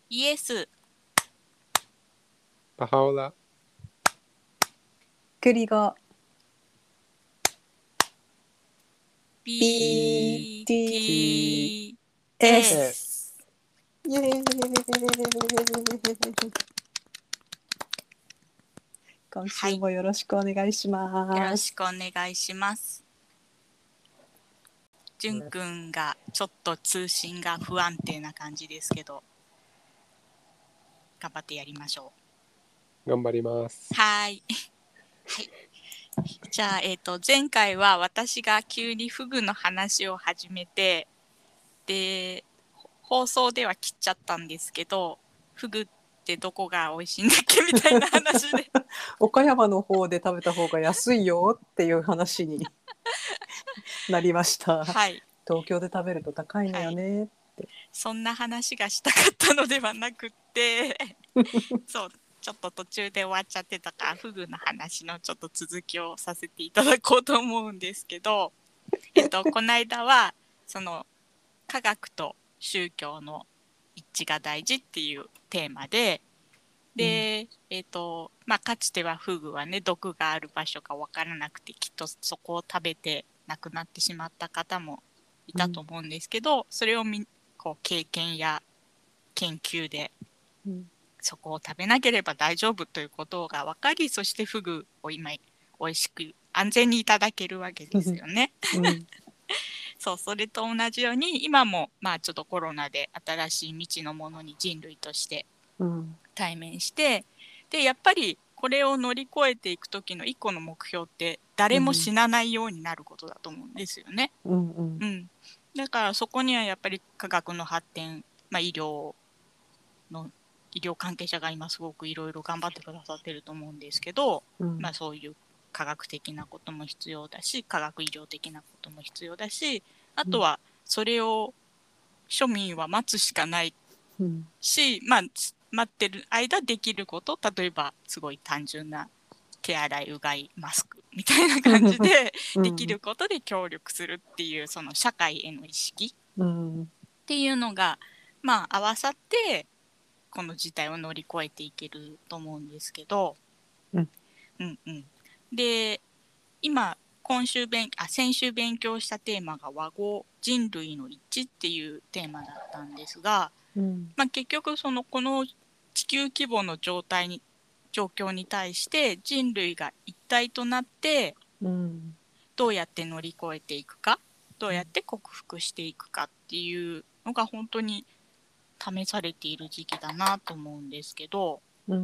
イエス。 パハオラ。 クリゴ。 BTS。 BTS。イエーイ。今週もよろしくお願いします。 よろしくお願いします。じゅんくんがちょっと通信が不安定な感じですけど、頑張ってやりましょ頑張ります。 う。はい。はい。じゃあ、前回は私が急にフグの話を始めて、で、放送では切っちゃったんですけど、フグってどこが美味しいんだっけみたいな話で岡山の方で食べた方が安いよっていう話になりました。 はい。 東京で食べると高いのよねって、 そんな話がしたかったのではなくってそう、ちょっと途中で終わっちゃってたからフグの話のちょっと続きをさせていただこうと思うんですけど、この間はその科学と宗教の一致が大事っていうテーマで、かつてはフグはね、毒がある場所が分からなくて、きっとそこを食べて亡くなってしまった方もいたと思うんですけど、それをこう経験や研究で、そこを食べなければ大丈夫ということが分かり、そしてフグを今美味しく安全にいただけるわけですよね。そう、それと同じように今もちょっとコロナで新しい未知のものに人類として対面して、でやっぱりこれを乗り越えていく時の一個の目標って誰も死なないようになることだと思うんですよね。だからそこにはやっぱり科学の発展、医療関係者が今すごくいろいろ頑張ってくださってると思うんですけど、そういう科学的なことも必要だし、科学医療的なことも必要だし、あとはそれを庶民は待つしかないし、待ってる間できること、例えばすごい単純な手洗い、うがい、マスクみたいな感じでできることで協力するっていう、その社会への意識っていうのが合わさってこの事態を乗り越えていけると思うんですけど、で今先週勉強したテーマが和合人類の一致っていうテーマだったんですが、結局この地球規模の状況に対して人類が一体となってどうやって乗り越えていくか、どうやって克服していくかっていうのが本当に試されている時期だなと思うんですけど、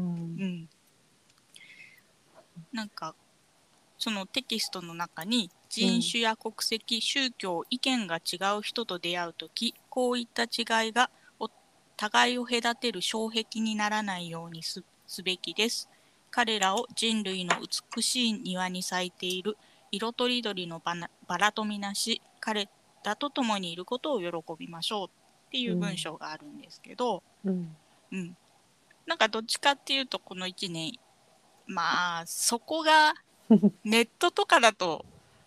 なんかそのテキストの中に人種や国籍、宗教、意見が違う人と出会うとき、こういった違いが互いを隔てる障壁にならないようにすべきです。彼らを人類の美しい庭に咲いている色とりどりのバラとみなし、彼らと共にいることを喜びましょうっていう文章があるんですけど、なんかどっちかっていうとこの1年、そこがネットとかだと、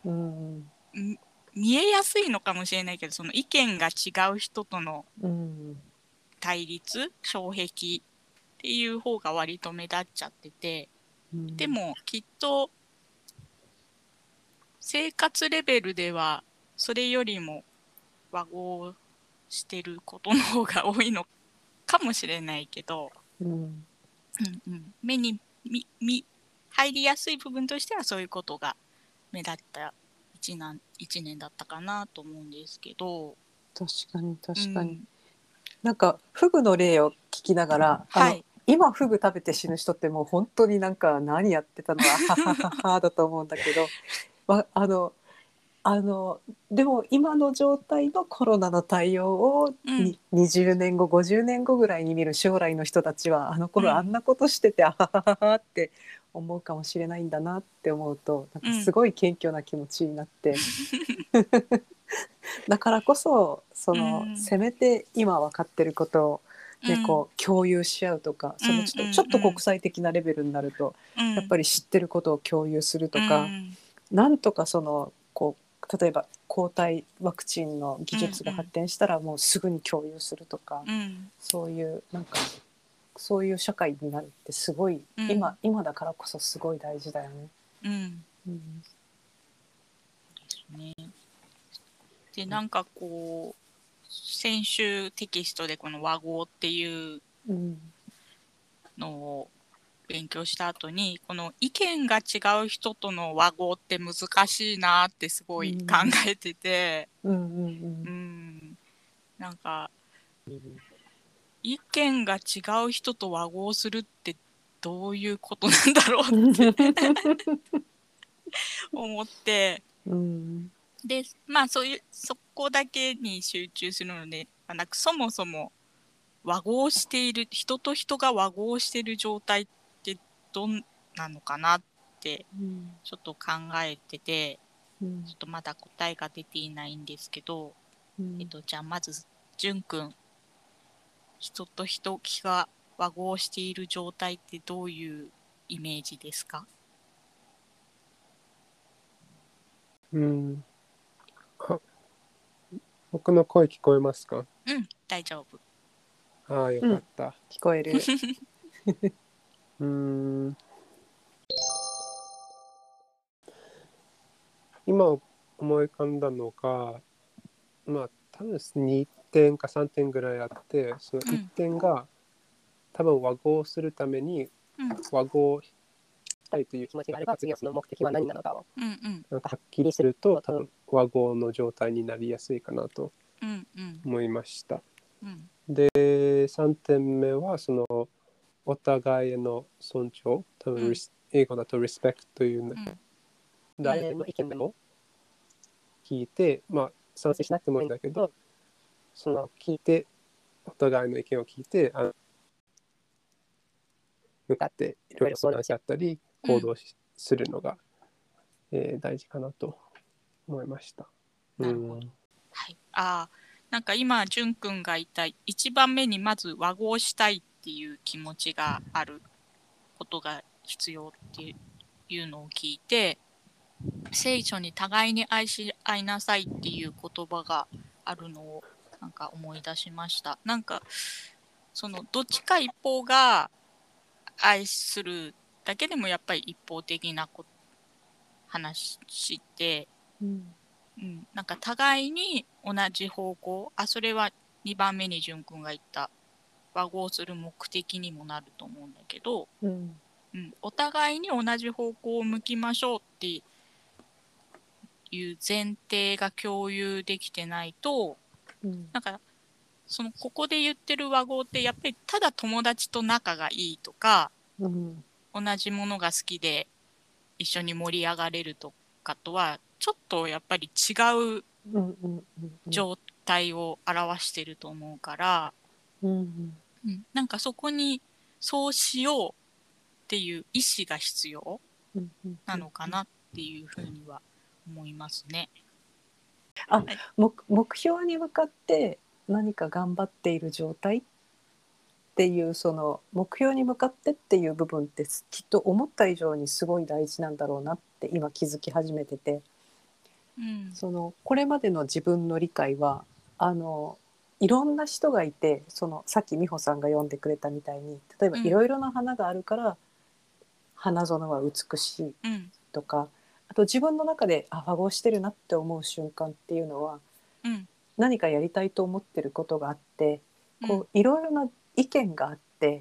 見えやすいのかもしれないけど、その意見が違う人との対立、障壁っていう方が割と目立っちゃってて、でもきっと生活レベルではそれよりも和合してることの方が多いのかもしれないけど、目に入りやすい部分としてはそういうことが目立った1年だったかなと思うんですけど。 確かに、なんかフグの例を聞きながら、今フグ食べて死ぬ人ってもう本当になんか何やってたのはははははだと思うんだけどでも今の状態のコロナの対応を20年後50年後ぐらいに見る将来の人たちはあの頃あんなことしててあははははって思うかもしれないんだなって思うと、なんかすごい謙虚な気持ちになって、だからこそせめて今分かってることを、こう共有し合うとか、ちょっと国際的なレベルになると、やっぱり知ってることを共有するとか、なんとかこう例えば抗体ワクチンの技術が発展したらもうすぐに共有するとか、そういうなんかそういう社会になるってすごい、今だからこそすごい大事だよね。 ですね。でなんかこう先週テキストでこの和合っていうのを勉強した後にこの意見が違う人との和合って難しいなってすごい考えてて、なんか意見が違う人と和合するってどういうことなんだろうって思って、でまあそこだけに集中するので、なんかそもそも和合している人と人が和合している状態ってどんなのかなってちょっと考えてて、ちょっとまだ答えが出ていないんですけど、じゃあまず淳くん、人と人が和合している状態ってどういうイメージですか？ 僕の声聞こえますか？ 大丈夫。 ああ、よかった。 聞こえる。 今思い浮かんだのが、まあ多分2点か3点ぐらいあって、その1点が、多分和合するために和合したいという気持ちがあれば、次はその目的は何なのかをなんかはっきりすると、多分和合の状態になりやすいかなと思いました。で3点目はそのお互いへの尊重、多分、英語だと respect という、誰の意見でも聞いて、まあ賛成しなくてもいいんだけど、その聞いてお互いの意見を聞いて向かっていろいろ相談し合ったり行動するのが、大事かなと思いました。 なるほど。はい。なんか今淳くんが言った1番目にまず和合したいっていう気持ちがあることが必要っていうのを聞いて、聖書に互いに愛し合いなさいっていう言葉があるのをなんか思い出しました。なんかそのどっちか一方が愛するだけでもやっぱり一方的な話して、なんか互いに同じ方向、それは2番目に淳くんが言った和合する目的にもなると思うんだけど、お互いに同じ方向を向きましょうっていう前提が共有できてないと、なんかここで言ってる和合ってやっぱりただ友達と仲がいいとか、同じものが好きで一緒に盛り上がれるとかとはちょっとやっぱり違う状態を表してると思うから、なんかそこにそうしようっていう意思が必要なのかなっていうふうには思いますね。 目標に向かって何か頑張っている状態っていう、その目標に向かってっていう部分ってきっと思った以上にすごい大事なんだろうなって今気づき始めてて、そのこれまでの自分の理解はいろんな人がいて、さっき美穂さんが読んでくれたみたいに、例えばいろいろな花があるから花園は美しいとか、あと自分の中で和合してるなって思う瞬間っていうのは、何かやりたいと思ってることがあって、こういろいろな意見があって、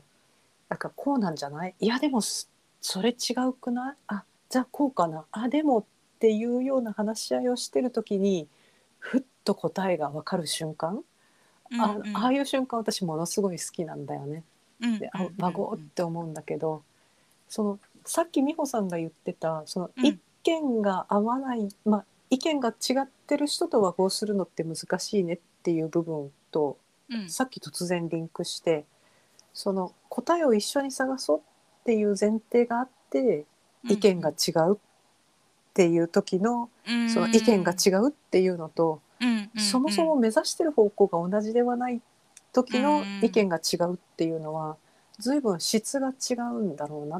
なんかこうなんじゃない？いやでもそれ違うくない？じゃあこうかな？でもっていうような話し合いをしてる時にふっと答えが分かる瞬間、ああいう瞬間私ものすごい好きなんだよね。で和合って思うんだけど、さっき美穂さんが言ってたその意見が合わない、意見が違ってる人と和合するのって難しいねっていう部分と、さっき突然リンクして、その答えを一緒に探そうっていう前提があって意見が違うっていう時の、その意見が違うっていうのと、そもそも目指してる方向が同じではない時の意見が違うっていうのは随分質が違うんだろうな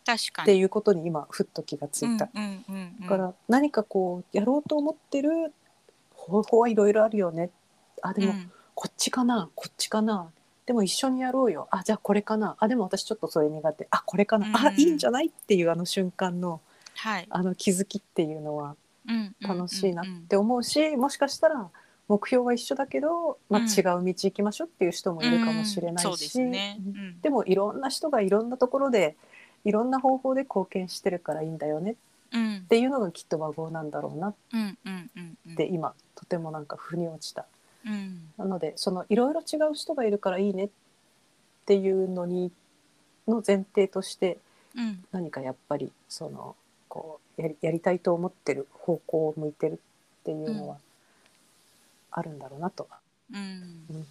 っていうことに今ふっと気がついた。だから何かこうやろうと思ってる方法はいろいろあるよね。あでも、 うんこっちかなこっちかな、でも一緒にやろうよ、あじゃあこれかな、あでも私ちょっとそれ苦手、あこれかな、あいいんじゃないっていうあの瞬間のはい。 あの気づきっていうのはうん楽しいなって思うし、もしかしたら目標は一緒だけど、まあ、違う道行きましょうっていう人もいるかもしれないそうでし、 すね。 でもいろんな人がいろんなところでいろんな方法で貢献してるからいいんだよねっうんていうのがきっと和合なんだろうなっうんうんうんうんて今とてもなんか腑に落ちた。 うんなのでそのいろいろ違う人がいるからいいねっていうの前提としてうん何かやっぱりそのこうやりたいと思ってる方向を向いてるっていうのはあるんだろうなと。 うんうん、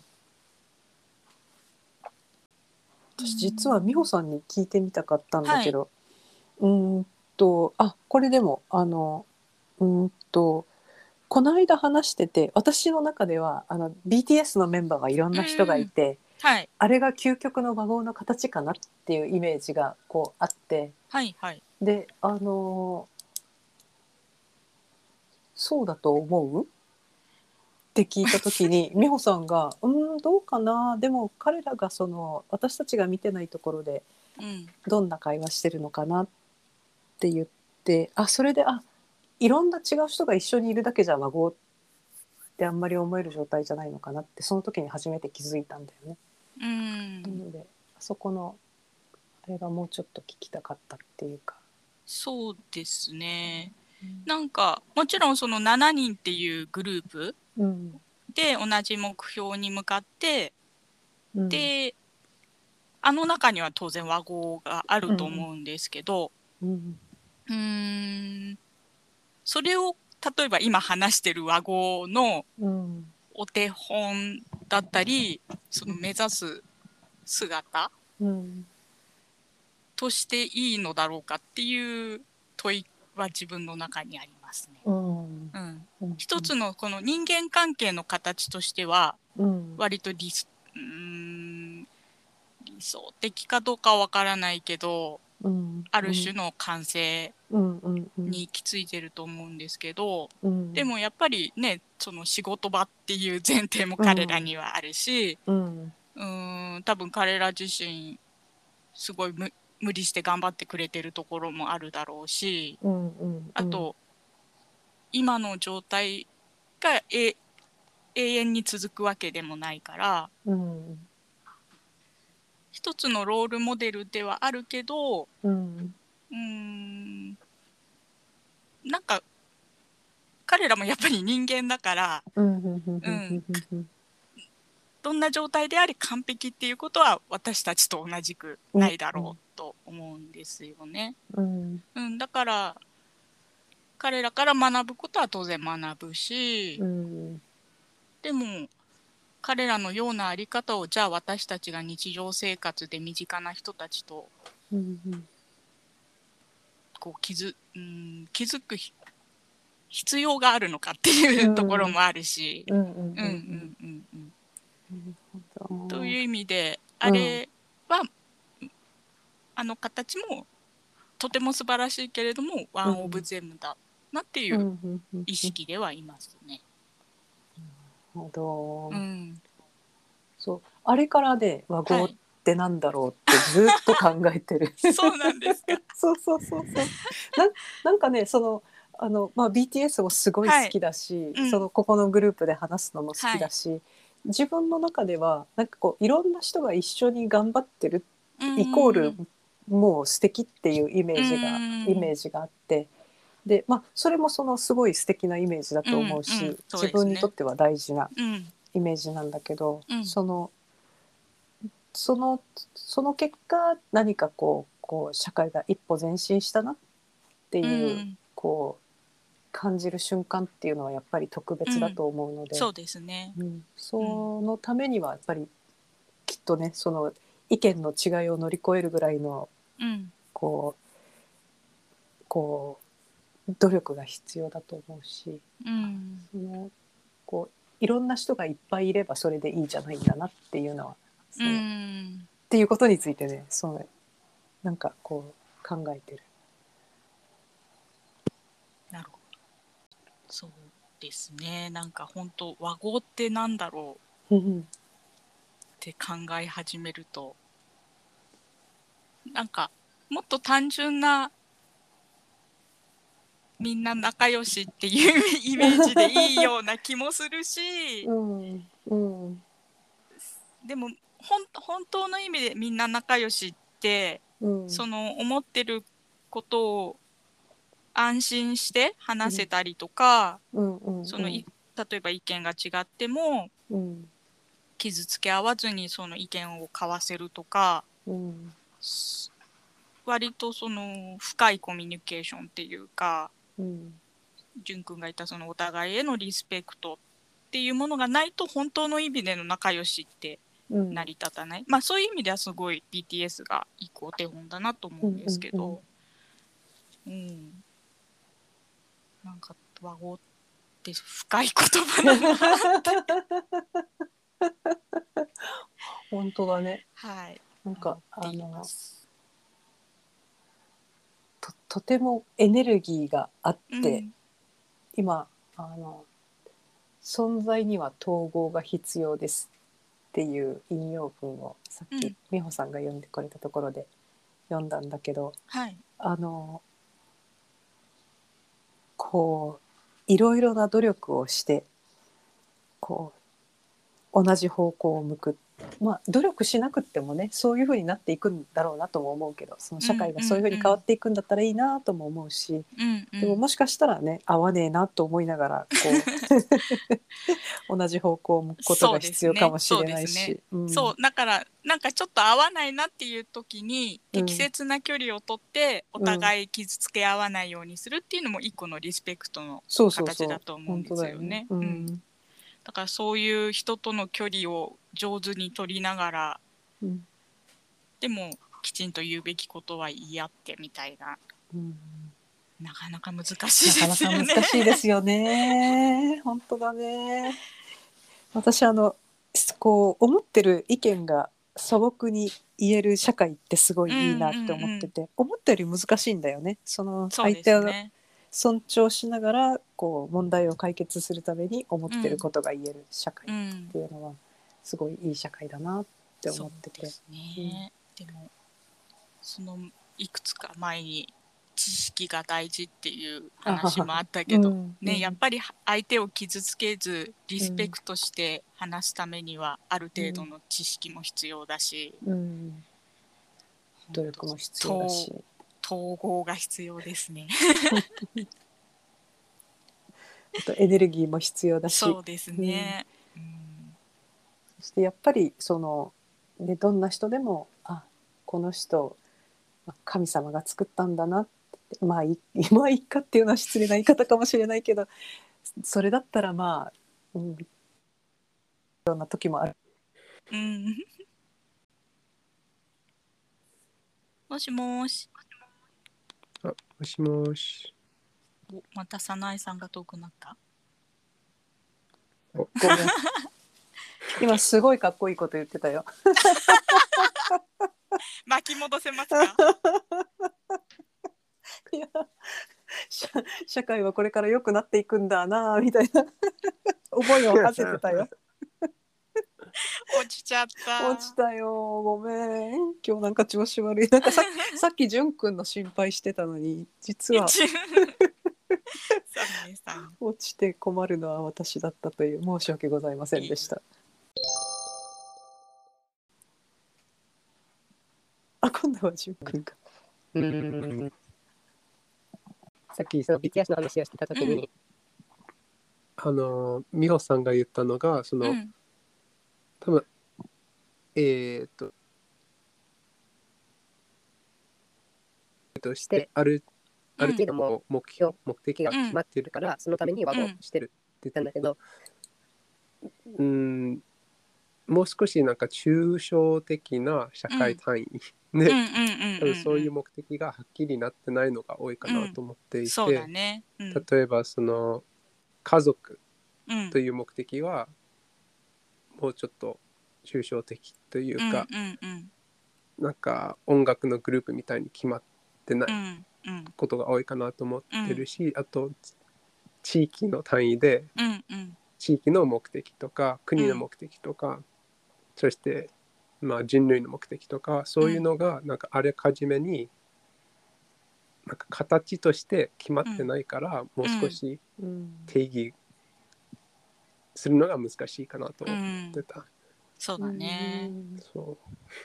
私実は美穂さんに聞いてみたかったんだけど、これでもこの間話してて私の中ではBTS のメンバーがいろんな人がいて、 はいあれが究極の和合の形かなっていうイメージがこうあって、 はいはいでそうだと思うって聞いた時に美穂さんがどうかな、でも彼らがその私たちが見てないところでうんどんな会話してるのかなって言って、それでいろんな違う人が一緒にいるだけじゃ和合ってあんまり思える状態じゃないのかなってその時に初めて気づいたんだよね。なのであそこのあれがもうちょっと聞きたかったっていうか。 そうですね。なんかもちろんその7人っていうグループうんで同じ目標に向かって、 うんであの中には当然和合があると思うんですけど、 うんうーんそれを例えば今話してる和合のうんお手本だったりその目指す姿うんとしていいのだろうかっていう問いは自分の中にありますね。 うんうんうん一つのこの人間関係の形としてはうん割と理想的かどうかはわからないけどうんある種の完成うんうんに行き着いてると思うんですけど、 うんでもやっぱりねその仕事場っていう前提も彼らにはあるし、 うん多分彼ら自身すごい無理して頑張ってくれてるところもあるだろうし、 うんうんあと今の状態が永遠に続くわけでもないからうん一つのロールモデルではあるけどうんなんか彼らもやっぱり人間だから、どんな状態であれ完璧っていうことは私たちと同じくないだろうと思うんですよね。だから彼らから学ぶことは当然学ぶし、でも彼らのようなあり方をじゃあ私たちが日常生活で身近な人たちとこう気づく必要があるのかっていうところもあるし、という意味であれは、あの形もとても素晴らしいけれどもワン・オブ・ゼムだなっていう意識ではいますね。 そうあれからで和合ってなんだろうってずっと考えてる。 そうなんですか。 そうなんかねそのBTS もすごい好きだし、そのここのグループで話すのも好きだし、自分の中ではなんかこういろんな人が一緒に頑張ってるイコールもう素敵っていうイメージがあって、でそれもそのすごい素敵なイメージだと思うし、自分にとっては大事なイメージなんだけど、その結果何かこう社会が一歩前進したなっていう、こう感じる瞬間っていうのはやっぱり特別だと思うので、 そうですね、 そのためにはやっぱりきっとねその意見の違いを乗り越えるぐらいの、こう努力が必要だと思うし、そのこういろんな人がいっぱいいればそれでいいじゃないんだなっていうのはっていうことについてねなんかこう考えてる。 なるほど。そうですね。なんか本当和合ってなんだろううって考え始めると、なんかもっと単純なみんな仲良しっていうイメージでいいような気もするし、 うんうんでも本当の意味でみんな仲良しって、その思ってることを安心して話せたりとか、その例えば意見が違っても、傷つけ合わずにその意見を交わせるとか、割とその深いコミュニケーションっていうか、淳君が言ったそのお互いへのリスペクトっていうものがないと本当の意味での仲良しって成り立たない、まあそういう意味ではすごい BTS がいいお手本だなと思うんですけど、なんか和合って深い言葉だなって本当だね。 はい、 なんかとてもエネルギーがあって、今存在には統合が必要ですっていう引用文をさっき美穂さんが読んでくれたところで読んだんだけど、こういろいろな努力をしてこう同じ方向を向く、まあ努力しなくってもねそういう風になっていくんだろうなとも思うけど、その社会がそういう風に変わっていくんだったらいいなとも思うし、でももしかしたらね合わねえなと思いながらこう同じ方向を向くことが必要かもしれないし、 そうだからなんかちょっと合わないなっていう時に適切な距離をとってお互い傷つけ合わないようにするっていうのも一個のリスペクトの形だと思うんですよね。だからそういう人との距離を上手に取りながら、でもきちんと言うべきことは言い合ってみたいな、なかなか難しいですよね。 なかなか難しいですよね。本当だね。私こう思ってる意見が素朴に言える社会ってすごいいいなって思ってて、思ったより難しいんだよね。その相手を尊重しながらこう問題を解決するために思ってることが言える社会っていうのはすごいいい社会だなって思ってて。 でもそのいくつか前に知識が大事っていう話もあったけど、やっぱり相手を傷つけずリスペクトして話すためにはある程度の知識も必要だし、 努力も必要だし、 統合が必要ですねあとエネルギーも必要だし、 そうですね、 そしてやっぱりその、ね、どんな人でもこの人神様が作ったんだなって、まあいいかっていうのは失礼な言い方かもしれないけど、それだったらまあ、いろんな時もある。 もしもし。 もしもし。 また早苗さんが遠くなった。 ごめん今すごいかっこいいこと言ってたよ巻き戻せますかいや社会はこれから良くなっていくんだなみたいな思いを馳せてたよ落ちちゃった。 落ちたよ、ごめん。今日なんか調子悪い。なんかさっき淳くんの心配してたのに実は落ちて困るのは私だったという申し訳ございませんでした。今度は淳くんか。 さっきその BTS の話をしてた時に、美穂さんが言ったのがその、多分としてある程度も目的が決まっているから、そのために和合してるって言ったんだけど、もう少しなんか抽象的な社会単位で、そういう目的がはっきりなってないのが多いかなと思っていて、例えばその家族という目的はもうちょっと抽象的というか、なんか音楽のグループみたいに決まってないことが多いかなと思ってるし、あと地域の単位でうんうん地域の目的とか国の目的とか、そしてまあ人類の目的とかそういうのがなんかあらかじめになんか形として決まってないから、もう少し定義するのが難しいかなと思ってた。 そうだね。 そう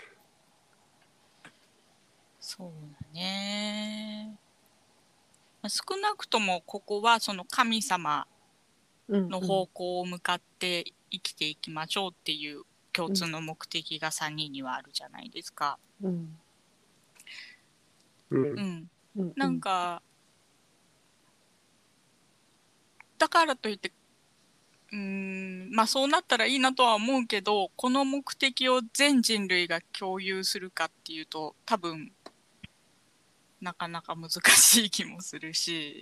そうだね。少なくともここはその神様の方向を向かって生きていきましょうっていう共通の目的が3人にはあるじゃないですか。 うんうんなんかだからといってまあそうなったらいいなとは思うけど、この目的を全人類が共有するかっていうと多分なかなか難しい気もするし、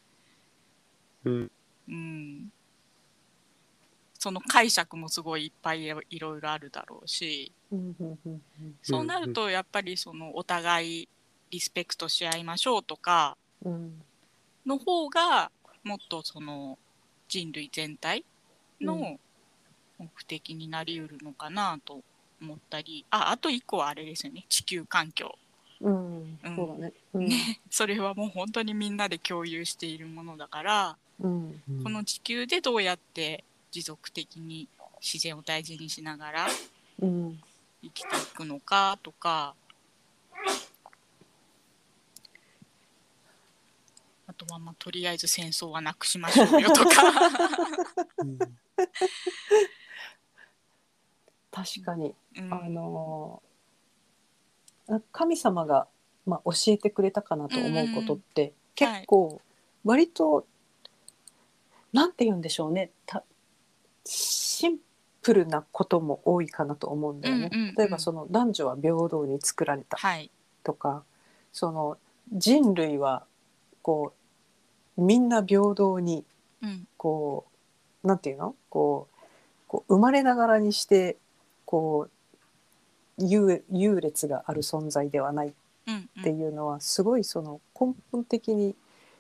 その解釈もすごいいっぱいいろいろあるだろうし、そうなるとやっぱりそのお互いリスペクトし合いましょうとかの方がもっとその人類全体の目的になりうるのかなと思ったり、あと一個はあれですよね、地球環境。 そうだね。 ね、それはもう本当にみんなで共有しているものだから、この地球でどうやって持続的に自然を大事にしながら生きていくのかとか、あとはまあとりあえず戦争はなくしましょうよとか確かに、神様が、教えてくれたかなと思うことって、結構割と、なんて言うんでしょうね、シンプルなことも多いかなと思うんだよね。例えばその男女は平等に作られたとか、その人類はこうみんな平等にこう、なんていうの、こう生まれながらにしてこう優劣がある存在ではないっていうのはすごいその根本的に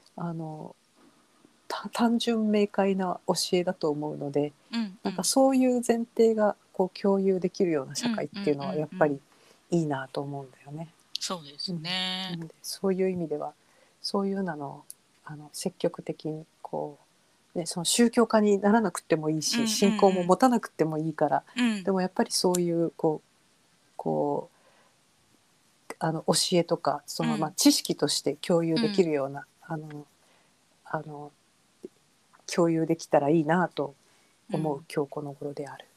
単純明快な教えだと思うので、なんかそういう前提がこう共有できるような社会っていうのはやっぱりいいなと思うんだよね。 そうですね。 そういう意味ではそういうのを積極的にこう、ね、その宗教家にならなくてもいいし、信仰も持たなくてもいいから、でもやっぱりそういう教えとかその、知識として共有できるような、共有できたらいいなと思う、今日この頃である。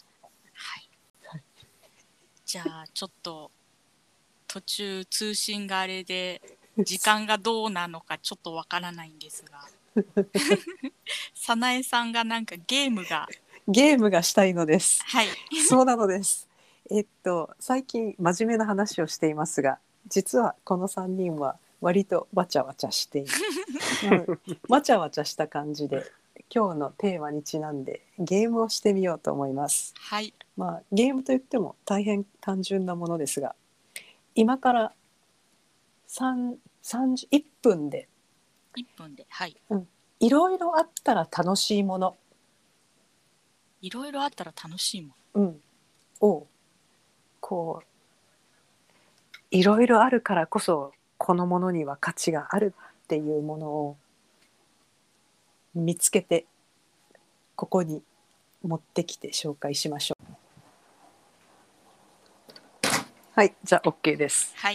じゃあちょっと途中通信があれで時間がどうなのかちょっとわからないんですが早苗さんがなんかゲームがしたいのです。 はいそうなのです。最近真面目な話をしていますが、実はこの3人は割とわちゃわちゃしているわちゃわちゃした感じで今日のテーマにちなんでゲームをしてみようと思います。ゲームといっても大変単純なものですが、今から1分でいろいろあったら楽しいもの、 いろいろあったら楽しいもの、をこういろいろあるからこそこのものには価値があるっていうものを見つけてここに持ってきて紹介しましょう。はい、じゃあ OK です。 はい。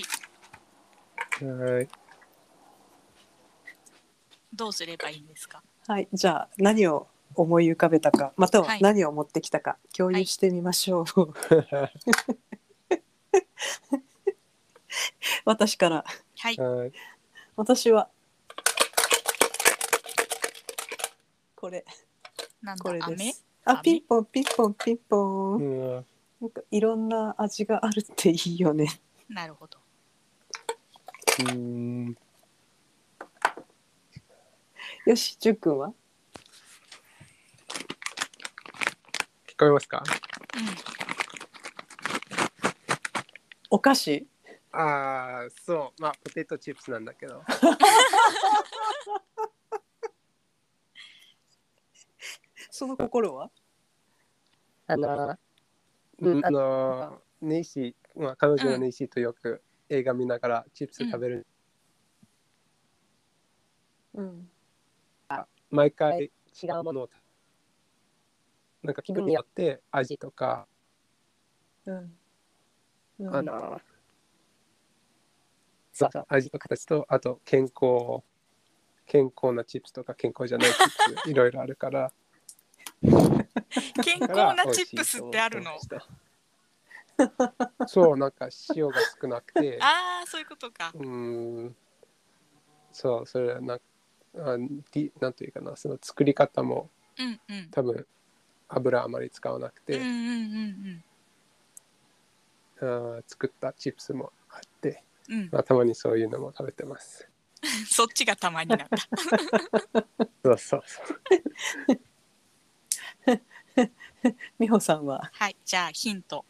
どうすればいいんですか。 はい、じゃあ何を思い浮かべたか、または何を持ってきたか共有してみましょう。私から。 はい。 私はこれです。ピンポンピンポンピンポン。なんかいろんな味があるっていいよね。 なるほど。 よし、じゅんくんは？ 聞こえますか？ お菓子？ そう、ポテトチップスなんだけど。 その心はネイシー、彼女のネイシーとよく映画見ながらチップス食べる。毎回違うものをなんか気分によって味とか、味と形と、あと健康なチップスとか健康じゃないチップスいろいろあるから健康なチップスってあるの？ そうなんか塩が少なくてああそういうことか。 そうそれはなんていうかな、その作り方も、多分油あまり使わなくて、作ったチップスもあって、たまにそういうのも食べてます。 そっちがたまになんだ。 そう美穂さんは？ はい、じゃあヒント。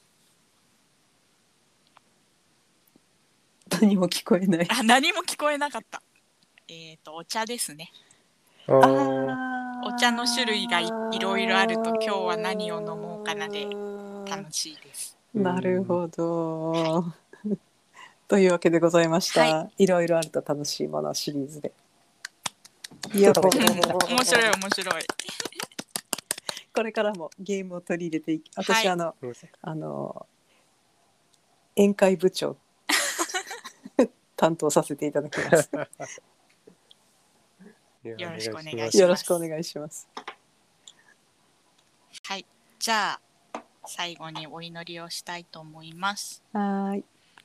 何も聞こえない。 何も聞こえなかった。お茶ですね。お茶の種類がいろいろあると、今日は何を飲もうかなで楽しいです。 なるほど。というわけでございました。いろいろあると楽しいものシリーズで。 面白い。 これからもゲームを取り入れていき、私、宴会部長担当させていただきます。 よろしくお願いします。 よろしくお願いします。 はい、じゃあ最後にお祈りをしたいと思います。 はい。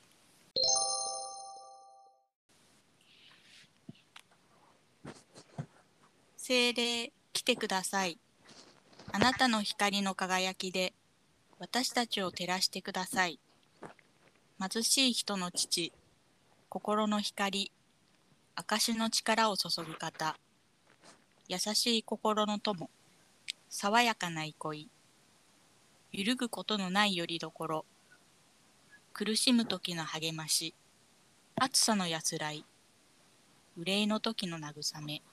聖霊、来てください。あなたの光の輝きで私たちを照らしてください。貧しい人の父、心の光、証の力を注ぐ方、優しい心の友、爽やかな憩い、揺るぐことのない拠り所、苦しむ時の励まし、暑さの安らい、憂いの時の慰め、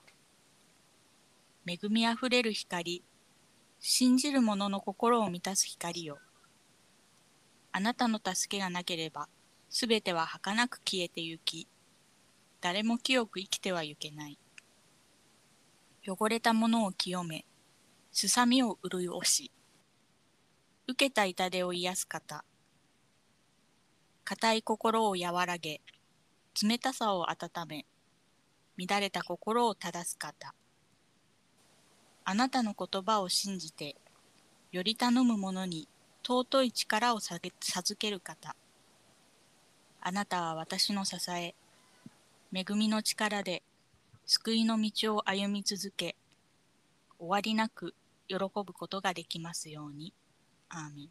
恵みあふれる光、信じる者の心を満たす光よ。あなたの助けがなければ、すべては儚く消えてゆき、誰も清く生きてはゆけない。汚れたものを清め、すさみを潤し、受けた痛手を癒す方、硬い心を和らげ、冷たさを温め、乱れた心を正す方、あなたの言葉を信じて、より頼む者に尊い力を授ける方、あなたは私の支え、恵みの力で救いの道を歩み続け、終わりなく喜ぶことができますように。アーメン。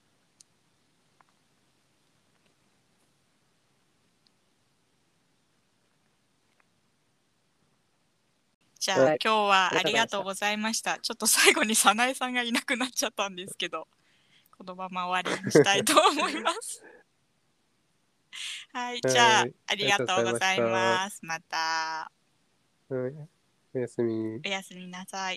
じゃあ今日はありがとうございました。ちょっと最後に早苗さんがいなくなっちゃったんですけど、このまま終わりにしたいと思います。はい、じゃあありがとうございます。また。 おやすみ。 おやすみなさい。